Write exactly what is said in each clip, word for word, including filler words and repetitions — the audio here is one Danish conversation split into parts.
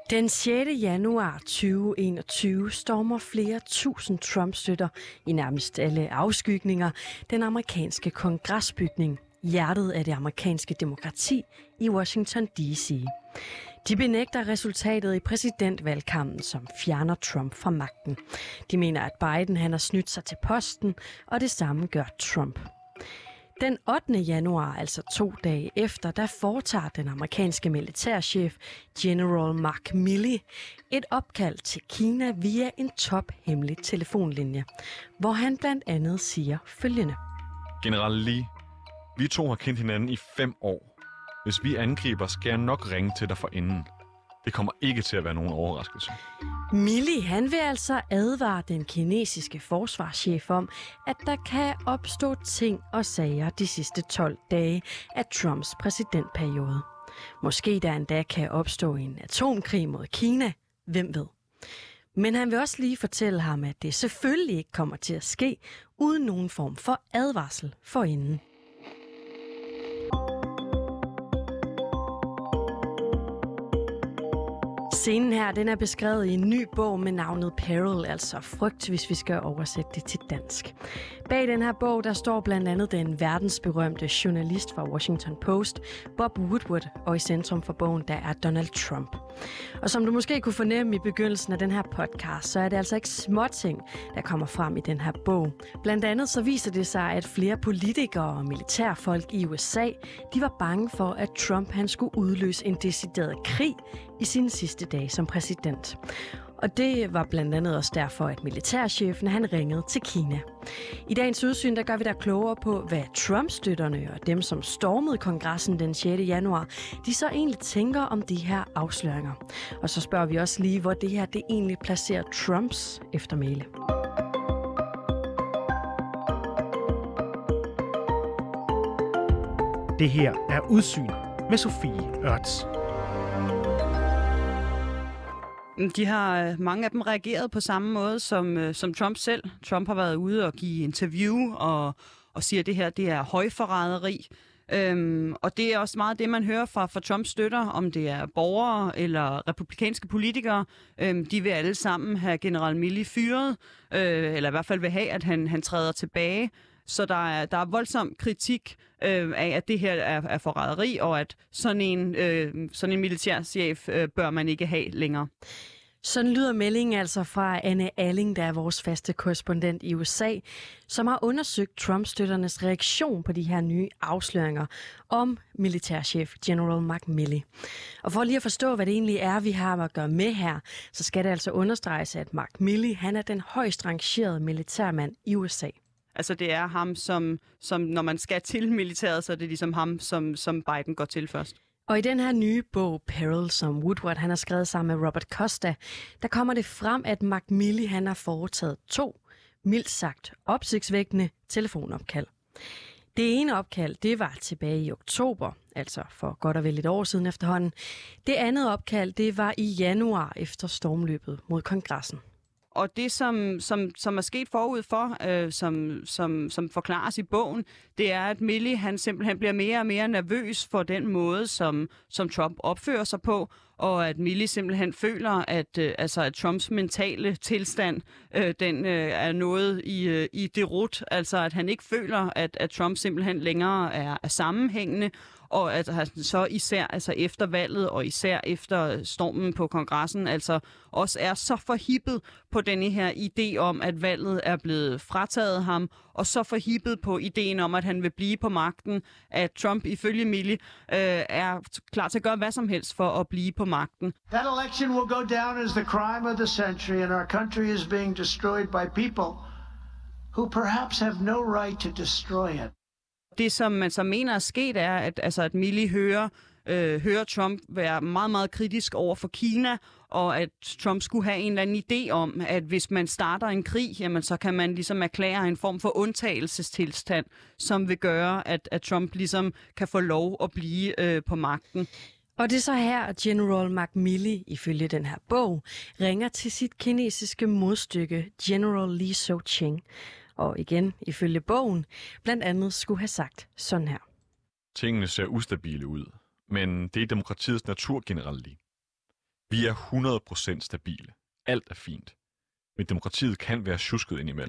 Den sjette januar tyve enogtyve stormer flere tusind Trump-støtter i nærmest alle afskygninger den amerikanske kongresbygning, hjertet af det amerikanske demokrati i Washington D C. De benægter resultatet i præsidentvalgkampen, som fjerner Trump fra magten. De mener, at Biden han har snydt sig til posten, og det samme gør Trump. Den ottende januar, altså to dage efter, der foretager den amerikanske militærchef General Mark Milley et opkald til Kina via en tophemmelig telefonlinje, hvor han blandt andet siger følgende. General Lee, vi to har kendt hinanden i fem år. Hvis vi angriber, skal jeg nok ringe til dig forinden. Det kommer ikke til at være nogen overraskelse. Milley, han vil altså advare den kinesiske forsvarschef om, at der kan opstå ting og sager de sidste tolv dage af Trumps præsidentperiode. Måske der endda kan opstå en atomkrig mod Kina, hvem ved. Men han vil også lige fortælle ham, at det selvfølgelig ikke kommer til at ske uden nogen form for advarsel forinden. Scenen her, den er beskrevet i en ny bog med navnet Peril, altså frygt, hvis vi skal oversætte det til dansk. Bag den her bog, der står blandt andet den verdensberømte journalist fra Washington Post, Bob Woodward, og i centrum for bogen, der er Donald Trump. Og som du måske kunne fornemme i begyndelsen af den her podcast, så er det altså ikke småting, der kommer frem i den her bog. Blandt andet så viser det sig, at flere politikere og militærfolk i U S A, de var bange for, at Trump han skulle udløse en decideret krig i sine sidste dage som præsident. Og det var blandt andet også derfor, at militærchefen han ringede til Kina. I dagens udsyn, der gør vi dig klogere på, hvad Trump-støtterne og dem, som stormede kongressen den sjette januar, de så egentlig tænker om de her afsløringer. Og så spørger vi også lige, hvor det her det egentlig placerer Trumps eftermæle. Det her er Udsyn med Sofie Ørts. De har, mange af dem reageret på samme måde som, som Trump selv. Trump har været ude og give interview og, og siger, at det her det er højforræderi. Øhm, og det er også meget det, man hører fra, fra Trumps støtter, om det er borgere eller republikanske politikere. Øhm, de vil alle sammen have General Milley fyret, øh, eller i hvert fald vil have, at han, han træder tilbage. Så der er, der er voldsom kritik øh, af, at det her er, er forræderi, og at sådan en, øh, sådan en militærchef øh, bør man ikke have længere. Sådan lyder meldingen altså fra Anne Alling, der er vores faste korrespondent i U S A, som har undersøgt Trump-støtternes reaktion på de her nye afsløringer om militærchef General Mark Milley. Og for lige at forstå, hvad det egentlig er, vi har at gøre med her, så skal det altså understreges, at Mark Milley han er den højst rangerede militærmand i U S A. Altså det er ham, som, som når man skal til militæret, så er det ligesom ham, som, som Biden går til først. Og i den her nye bog, Peril, som Woodward han har skrevet sammen med Robert Costa, der kommer det frem, at Mark Milley han har foretaget to, mildt sagt, opsigtsvækkende telefonopkald. Det ene opkald, det var tilbage i oktober, altså for godt og vel et år siden efterhånden. Det andet opkald, det var i januar efter stormløbet mod kongressen. Og det, som, som, som er sket forud for, øh, som, som, som forklares i bogen, det er, at Milley han simpelthen bliver mere og mere nervøs for den måde, som, som Trump opfører sig på, og at Milley simpelthen føler, at, øh, altså, at Trumps mentale tilstand øh, den, øh, er noget i, øh, i derut. Altså at han ikke føler, at, at Trump simpelthen længere er, er sammenhængende, og at han så især altså efter valget og især efter stormen på kongressen altså også er så forhippet på denne her idé om, at valget er blevet frataget ham, og så forhippet på ideen om, at han vil blive på magten, at Trump ifølge Milley øh, er klar til at gøre hvad som helst for at blive på magten. That election will go down as the crime of the century, and our country is being destroyed by people who perhaps have no right to destroy it. Det, som man så mener er sket, er, at, altså, at Milley hører, øh, hører Trump være meget, meget kritisk over for Kina, og at Trump skulle have en eller anden idé om, at hvis man starter en krig, jamen, så kan man ligesom erklære en form for undtagelsestilstand, som vil gøre, at, at Trump ligesom kan få lov at blive øh, på magten. Og det er så her, at General Mark Milley, ifølge den her bog, ringer til sit kinesiske modstykke General Li Zuocheng. Og igen, ifølge bogen, blandt andet skulle have sagt sådan her. Tingene ser ustabile ud, men det er demokratiets natur generelt lige. Vi er hundrede procent stabile. Alt er fint. Men demokratiet kan være sjusket indimellem.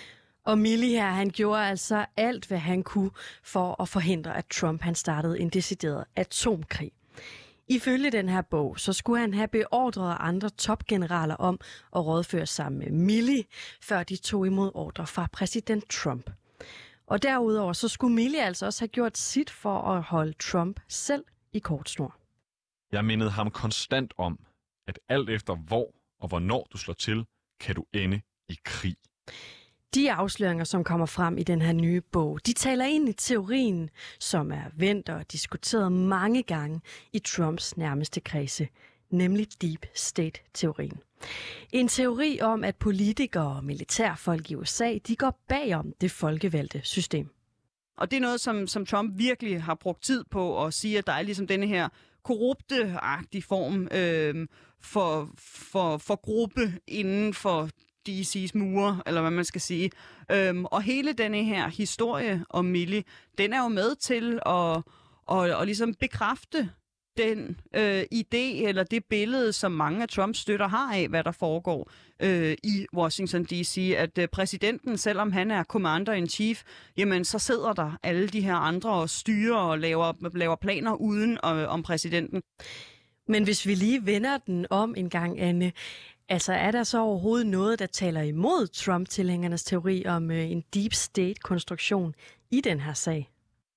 Og Milley her, han gjorde altså alt, hvad han kunne for at forhindre, at Trump han startede en decideret atomkrig. Ifølge den her bog, så skulle han have beordret andre topgeneraler om at rådføre sammen med Milley, før de tog imod ordre fra præsident Trump. Og derudover så skulle Milley altså også have gjort sit for at holde Trump selv i kortsnor. Jeg mindede ham konstant om, at alt efter hvor og hvornår du slår til, kan du ende i krig. De afsløringer, som kommer frem i den her nye bog, de taler ind i teorien, som er vendt og diskuteret mange gange i Trumps nærmeste kredse, nemlig Deep State-teorien. En teori om, at politikere og militærfolk i U S A, de går bagom det folkevalgte system. Og det er noget, som, som Trump virkelig har brugt tid på at sige, at der er ligesom denne her korrupte-agtige form øh, for, for, for gruppe inden for D C's mure, eller hvad man skal sige. Øhm, og hele denne her historie om Milley, den er jo med til at, at, at ligesom bekræfte den øh, idé eller det billede, som mange af Trumps støtter har af, hvad der foregår øh, i Washington D C, at øh, præsidenten, selvom han er commander-in-chief, jamen så sidder der alle de her andre og styrer og laver, laver planer uden øh, om præsidenten. Men hvis vi lige vender den om en gang, Anne, altså er der så overhovedet noget, der taler imod Trump-tilhængernes teori om øh, en deep state-konstruktion i den her sag?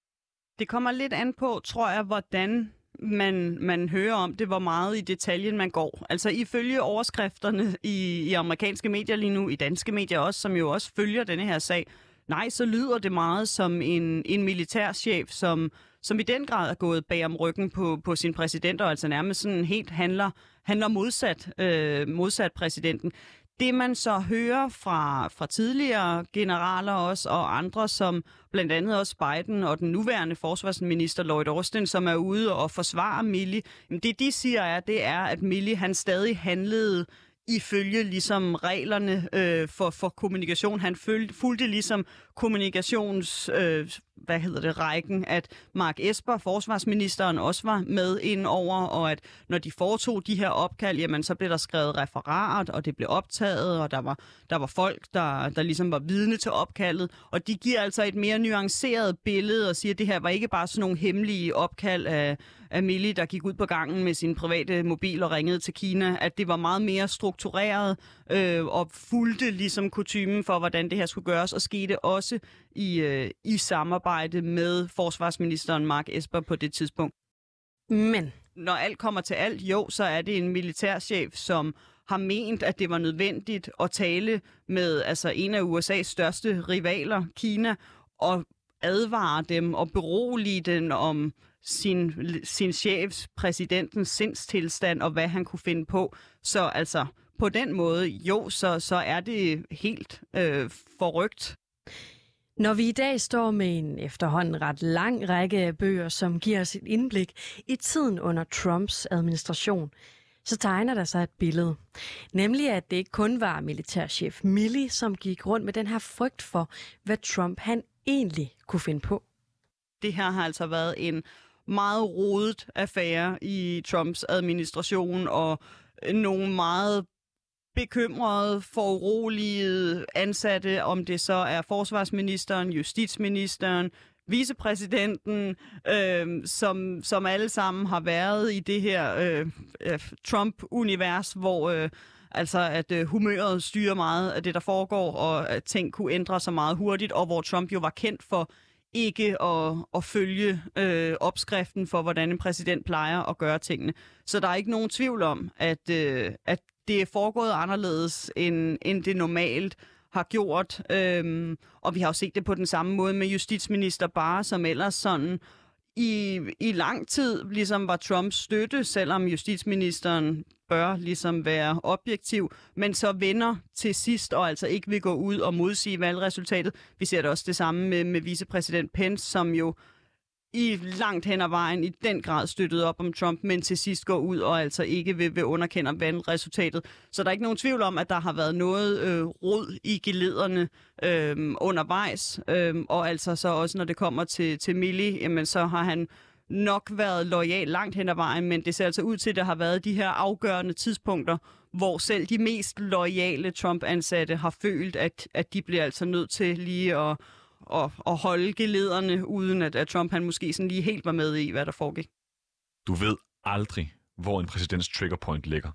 Det kommer lidt an på, tror jeg, hvordan man, man hører om det, hvor meget i detaljen man går. Altså ifølge overskrifterne i, i amerikanske medier lige nu, i danske medier også, som jo også følger denne her sag, nej, så lyder det meget som en, en militærchef, som, som i den grad er gået bag om ryggen på, på sin præsident, og altså nærmest sådan helt handler, handler modsat, øh, modsat præsidenten. Det man så hører fra, fra tidligere generaler også, og andre som blandt andet også Biden og den nuværende forsvarsminister Lloyd Austin, som er ude og forsvarer Milley, det de siger er, det er, at Milley han stadig handlede ifølge ligesom reglerne øh, for, for kommunikation. Han følte, fulgte ligesom kommunikations, øh, hvad hedder det, rækken, at Mark Esper, forsvarsministeren, også var med ind over, og at når de foretog de her opkald, jamen så blev der skrevet referat, og det blev optaget, og der var, der var folk, der, der ligesom var vidne til opkaldet, og de giver altså et mere nuanceret billede og siger, at det her var ikke bare sådan nogle hemmelige opkald af, af Milley, der gik ud på gangen med sin private mobil og ringede til Kina, at det var meget mere struktureret øh, og fulgte ligesom kutymen for, hvordan det her skulle gøres, og skete også i, øh, i samarbejde med forsvarsministeren Mark Esper på det tidspunkt. Men når alt kommer til alt, jo, så er det en militærchef, som har ment, at det var nødvendigt at tale med altså en af U S A's største rivaler, Kina, og advare dem og berolige dem om sin, sin chefs, præsidentens sindstilstand og hvad han kunne finde på. Så altså på den måde, jo, så, så er det helt øh, forrygt. Når vi i dag står med en efterhånden ret lang række af bøger, som giver os et indblik i tiden under Trumps administration, så tegner der sig et billede. Nemlig, at det ikke kun var militærchef Milley, som gik rundt med den her frygt for, hvad Trump han egentlig kunne finde på. Det her har altså været en meget rodet affære i Trumps administration, og nogle meget bekymrede, foruroligede ansatte, om det så er forsvarsministeren, justitsministeren, vicepræsidenten, øh, som, som alle sammen har været i det her øh, Trump-univers, hvor øh, altså at øh, humøret styrer meget af det, der foregår, og at ting kunne ændre sig meget hurtigt, og hvor Trump jo var kendt for ikke at, at følge øh, opskriften for, hvordan en præsident plejer at gøre tingene. Så der er ikke nogen tvivl om, at, øh, at det er foregået anderledes, end, end det normalt har gjort. Øhm, og vi har jo set det på den samme måde med justitsminister Barr, som ellers sådan i, i lang tid ligesom var Trumps støtte, selvom justitsministeren bør ligesom være objektiv, men så vender til sidst og altså ikke vil gå ud og modsige valgresultatet. Vi ser det også det samme med, med vicepræsident Pence, som jo i langt hen ad vejen i den grad støttede op om Trump, men til sidst går ud og altså ikke vil, vil underkende valgresultatet. Så der er ikke nogen tvivl om, at der har været noget øh, rod i gelederne øh, undervejs, øh, og altså så også når det kommer til, til Milley, jamen så har han nok været loyal langt hen ad vejen, men det ser altså ud til, at der har været de her afgørende tidspunkter, hvor selv de mest loyale Trump-ansatte har følt, at, at de bliver altså nødt til lige at, at, at holde gelederne, uden at, at Trump han måske sådan lige helt var med i, hvad der foregik. Du ved aldrig, hvor en præsidents triggerpoint ligger.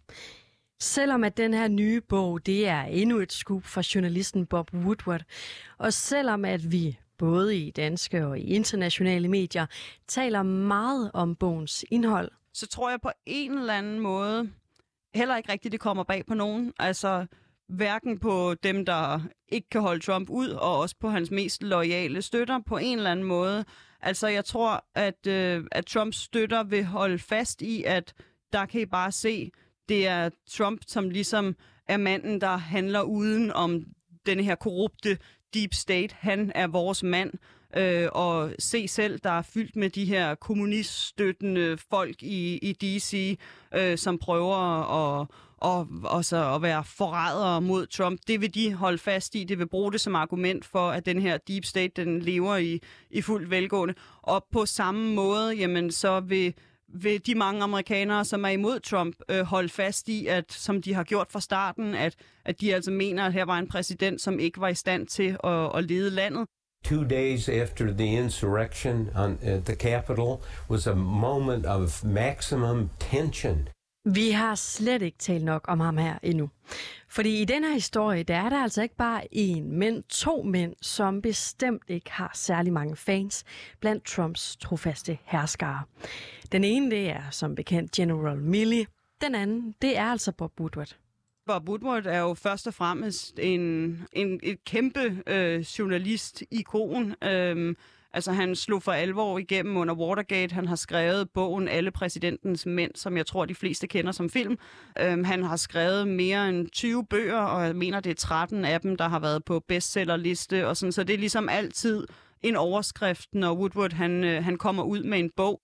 Selvom at den her nye bog, det er endnu et scoop fra journalisten Bob Woodward, og selvom at vi både i danske og i internationale medier taler meget om bogens indhold, så tror jeg på en eller anden måde heller ikke rigtigt, det kommer bag på nogen. Altså hverken på dem, der ikke kan holde Trump ud, og også på hans mest loyale støtter på en eller anden måde. Altså jeg tror, at, øh, at Trumps støtter vil holde fast i, at der kan I bare se, det er Trump, som ligesom er manden, der handler uden om denne her korrupte deep state. Han er vores mand. Øh, og se selv, der er fyldt med de her kommuniststøttende folk i, i D C, øh, som prøver at, og, og så at være forrædere mod Trump. Det vil de holde fast i. Det vil bruge det som argument for, at den her deep state, den lever i, i fuldt velgående. Og på samme måde, jamen, så vil vil de mange amerikanere, som er imod Trump, øh, holde fast i, at som de har gjort fra starten, at, at de altså mener, at her var en præsident, som ikke var i stand til at, at lede landet. Two days after the insurrection on, at the Capitol was a moment of maximum tension. Vi har slet ikke talt nok om ham her endnu. Fordi i den her historie, der er der altså ikke bare én, men to mænd, som bestemt ikke har særlig mange fans blandt Trumps trofaste herskere. Den ene, det er som bekendt General Milley. Den anden, det er altså Bob Woodward. Bob Woodward er jo først og fremmest en, en et kæmpe øh, journalist-ikon. Øhm, altså han slog for alvor igennem under Watergate. Han har skrevet bogen Alle præsidentens mænd, som jeg tror, de fleste kender som film. Øhm, han har skrevet mere end tyve bøger, og jeg mener, det er tretten af dem, der har været på bestsellerliste. Og sådan, så det er ligesom altid en overskrift, når Woodward han, øh, han kommer ud med en bog.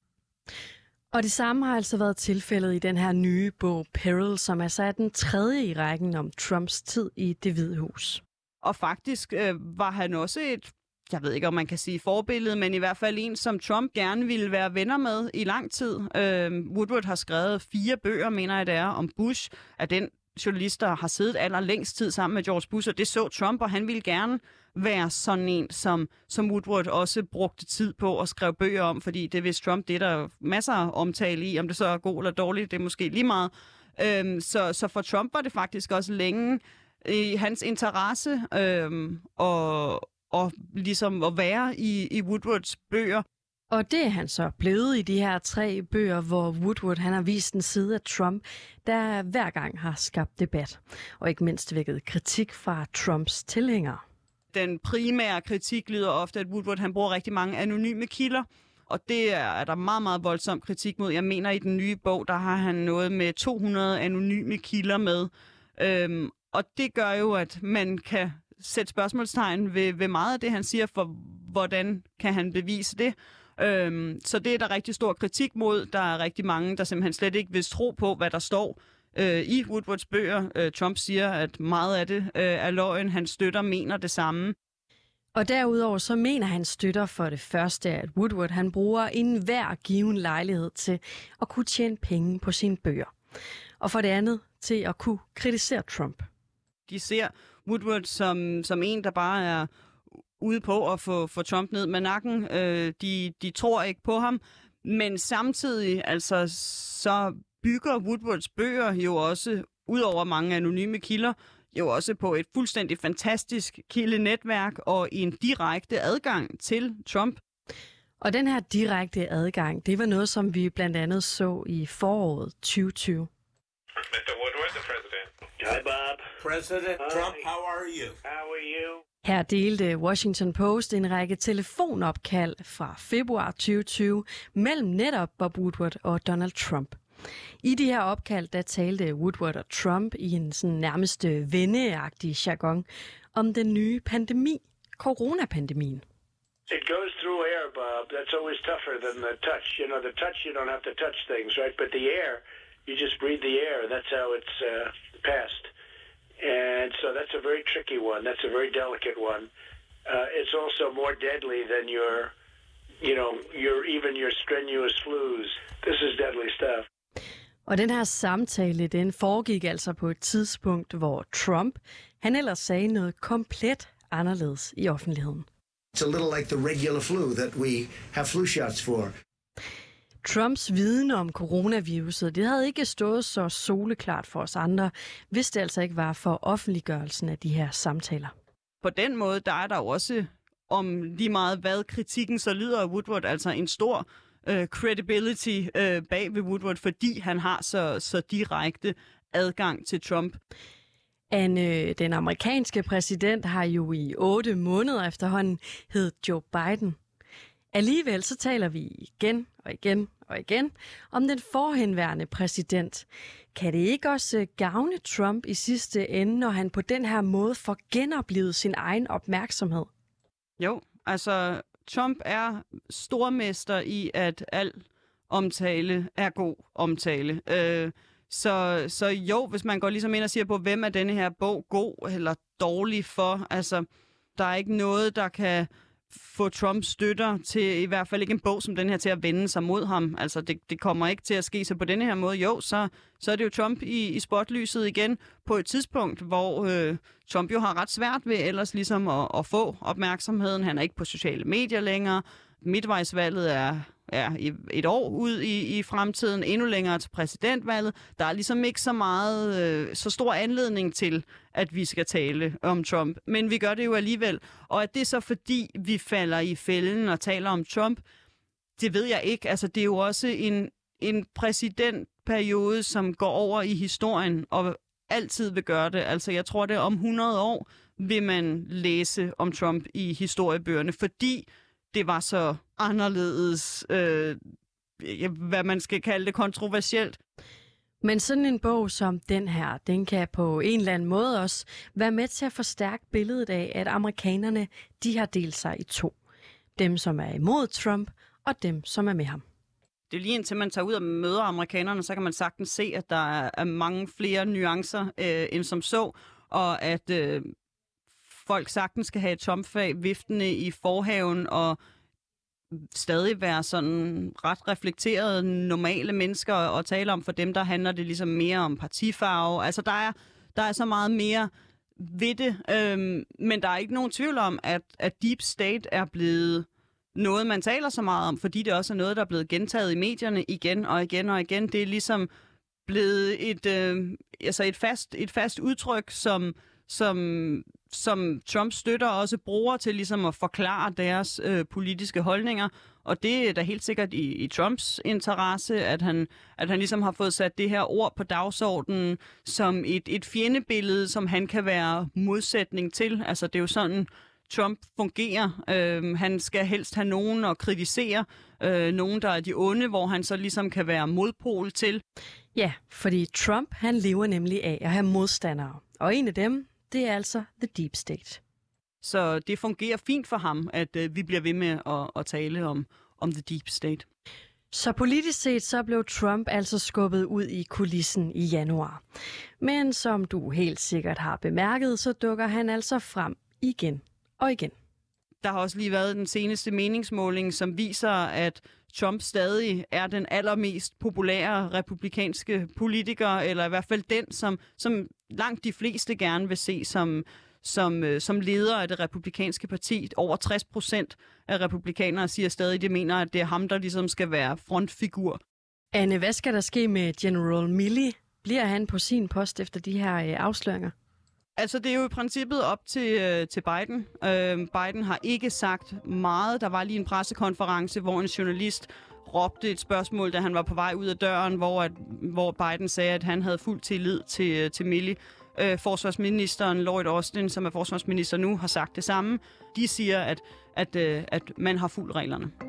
Og det samme har altså været tilfældet i den her nye bog Peril, som altså er den tredje i rækken om Trumps tid i Det Hvide Hus. Og faktisk øh, var han også et, jeg ved ikke om man kan sige forbillede, men i hvert fald en, som Trump gerne ville være venner med i lang tid. Øh, Woodward har skrevet fire bøger, mener jeg det er, om Bush, af den journalist, der har siddet allerlængst tid sammen med George Bush, og det så Trump, og han ville gerne være sådan en, som, som Woodward også brugte tid på at skrive bøger om, fordi det vidste Trump, det er der masser af omtale i, om det så er god eller dårligt, det er måske lige meget. Øhm, så, så for Trump var det faktisk også længe i hans interesse øhm, og, og ligesom at være i, i Woodwards bøger. Og det er han så blevet i de her tre bøger, hvor Woodward han har vist en side af Trump, der hver gang har skabt debat, og ikke mindst vækket kritik fra Trumps tilhængere. Den primære kritik lyder ofte, at Woodward han bruger rigtig mange anonyme kilder, og det er, er der meget, meget voldsom kritik mod. Jeg mener, i den nye bog, der har han noget med to hundrede anonyme kilder med, øhm, og det gør jo, at man kan sætte spørgsmålstegn ved, ved meget af det, han siger, for hvordan kan han bevise det. Øhm, så det er der rigtig stor kritik mod. Der er rigtig mange, der simpelthen slet ikke vil tro på, hvad der står øh, i Woodwards bøger. Øh, Trump siger, at meget af det øh, er løgn. Han støtter mener det samme. Og derudover så mener han støtter for det første, at Woodward han bruger enhver given lejlighed til at kunne tjene penge på sine bøger. Og for det andet til at kunne kritisere Trump. De ser Woodward som, som en, der bare er ude på at få, få Trump ned med nakken. Øh, de, de tror ikke på ham. Men samtidig altså, så bygger Woodwards bøger jo også, ud over mange anonyme kilder, jo også på et fuldstændig fantastisk kildenetværk og en direkte adgang til Trump. Og den her direkte adgang, det var noget, som vi blandt andet så i foråret tyve tyve. mister Woodward, the president. Hi, Bob. President Trump, how are you? How are you? Her delte Washington Post en række telefonopkald fra februar tyve tyve mellem netop Bob Woodward og Donald Trump. I de her opkald, der talte Woodward og Trump i en sådan nærmest venneagtig jargon om den nye pandemi, coronapandemien. It goes through air, Bob. That's always tougher than the touch. You know, the touch, you don't have to touch things, right? But the air, you just breathe the air. That's how it's uh, passed. And so that's a very tricky one. That's a very delicate one. Uh, it's also more deadly than your you know, your even your strenuous flus. This is deadly stuff. Og den her samtale, den foregik altså på et tidspunkt, hvor Trump, han ellers sagde noget komplet anderledes i offentligheden. It's a little like the regular flu that we have flu shots for. Trumps viden om coronaviruset, det havde ikke stået så soleklart for os andre, hvis det altså ikke var for offentliggørelsen af de her samtaler. På den måde, der er der også om lige meget hvad kritikken så lyder af Woodward, altså en stor uh, credibility uh, bag ved Woodward, fordi han har så, så direkte adgang til Trump. Anne, den amerikanske præsident har jo i otte måneder efterhånden hed Joe Biden. Alligevel så taler vi igen og igen og igen om den forhenværende præsident. Kan det ikke også gavne Trump i sidste ende, når han på den her måde får genoplevet sin egen opmærksomhed? Jo, altså Trump er stormester i, at al omtale er god omtale. Øh, så, så jo, hvis man går ligesom ind og siger på, hvem er denne her bog god eller dårlig for, altså der er ikke noget, der kan få Trump støtter til, i hvert fald ikke en bog som den her, til at vende sig mod ham. Altså, det, det kommer ikke til at ske sig på denne her måde. Jo, så, så er det jo Trump i, i spotlyset igen på et tidspunkt, hvor øh, Trump jo har ret svært ved ellers ligesom at, at få opmærksomheden. Han er ikke på sociale medier længere. Midtvejsvalget er, er et år ud i, i fremtiden, endnu længere til præsidentvalget. Der er ligesom ikke så meget, øh, så stor anledning til, at vi skal tale om Trump. Men vi gør det jo alligevel. Og at det er så fordi, vi falder i fælden og taler om Trump, det ved jeg ikke. Altså, det er jo også en, en præsidentperiode, som går over i historien og altid vil gøre det. Altså, jeg tror, det er om hundrede år vil man læse om Trump i historiebøgerne, fordi det var så anderledes, øh, hvad man skal kalde det, kontroversielt. Men sådan en bog som den her, den kan på en eller anden måde også være med til at forstærke billedet af, at amerikanerne, de har delt sig i to. Dem, som er imod Trump, og dem, som er med ham. Det er lige indtil man tager ud og møder amerikanerne, så kan man sagtens se, at der er mange flere nuancer øh, end som så, og at øh, folk sagtens skal have et Trump-flag viftende i forhaven og stadig være sådan ret reflekterede, normale mennesker og tale om. For dem, der handler det ligesom mere om partifarve. Altså, der er, der er så meget mere ved det, øhm, men der er ikke nogen tvivl om, at, at Deep State er blevet noget, man taler så meget om, fordi det også er noget, der er blevet gentaget i medierne igen og igen og igen. Det er ligesom blevet et, øh, altså et, fast, et fast udtryk, som, som, som Trump støtter også bruger til ligesom at forklare deres øh, politiske holdninger. Og det er da helt sikkert i, i Trumps interesse, at han, at han ligesom har fået sat det her ord på dagsordenen som et, et fjendebillede, som han kan være modsætning til. Altså det er jo sådan, Trump fungerer. Øh, han skal helst have nogen at kritisere, øh, nogen der er de onde, hvor han så ligesom kan være modpol til. Ja, fordi Trump, han lever nemlig af at have modstandere. Og en af dem, det er altså The Deep State. Så det fungerer fint for ham, at øh, vi bliver ved med at, at tale om, om The Deep State. Så politisk set, så blev Trump altså skubbet ud i kulissen i januar. Men som du helt sikkert har bemærket, så dukker han altså frem igen og igen. Der har også lige været den seneste meningsmåling, som viser, at Trump stadig er den allermest populære republikanske politiker, eller i hvert fald den, som, som langt de fleste gerne vil se som, som, som leder af det republikanske parti. Over tres procent af republikanere siger stadig, at de mener, at det er ham, der ligesom skal være frontfigur. Anne, hvad skal der ske med General Milley? Bliver han på sin post efter de her øh, afsløringer? Altså, det er jo i princippet op til, øh, til Biden. Øh, Biden har ikke sagt meget. Der var lige en pressekonference, hvor en journalist råbte et spørgsmål, da han var på vej ud af døren, hvor, at, hvor Biden sagde, at han havde fuld tillid til, til Milley. Øh, forsvarsministeren Lloyd Austin, som er forsvarsminister nu, har sagt det samme. De siger, at, at, øh, at man har fulgt reglerne.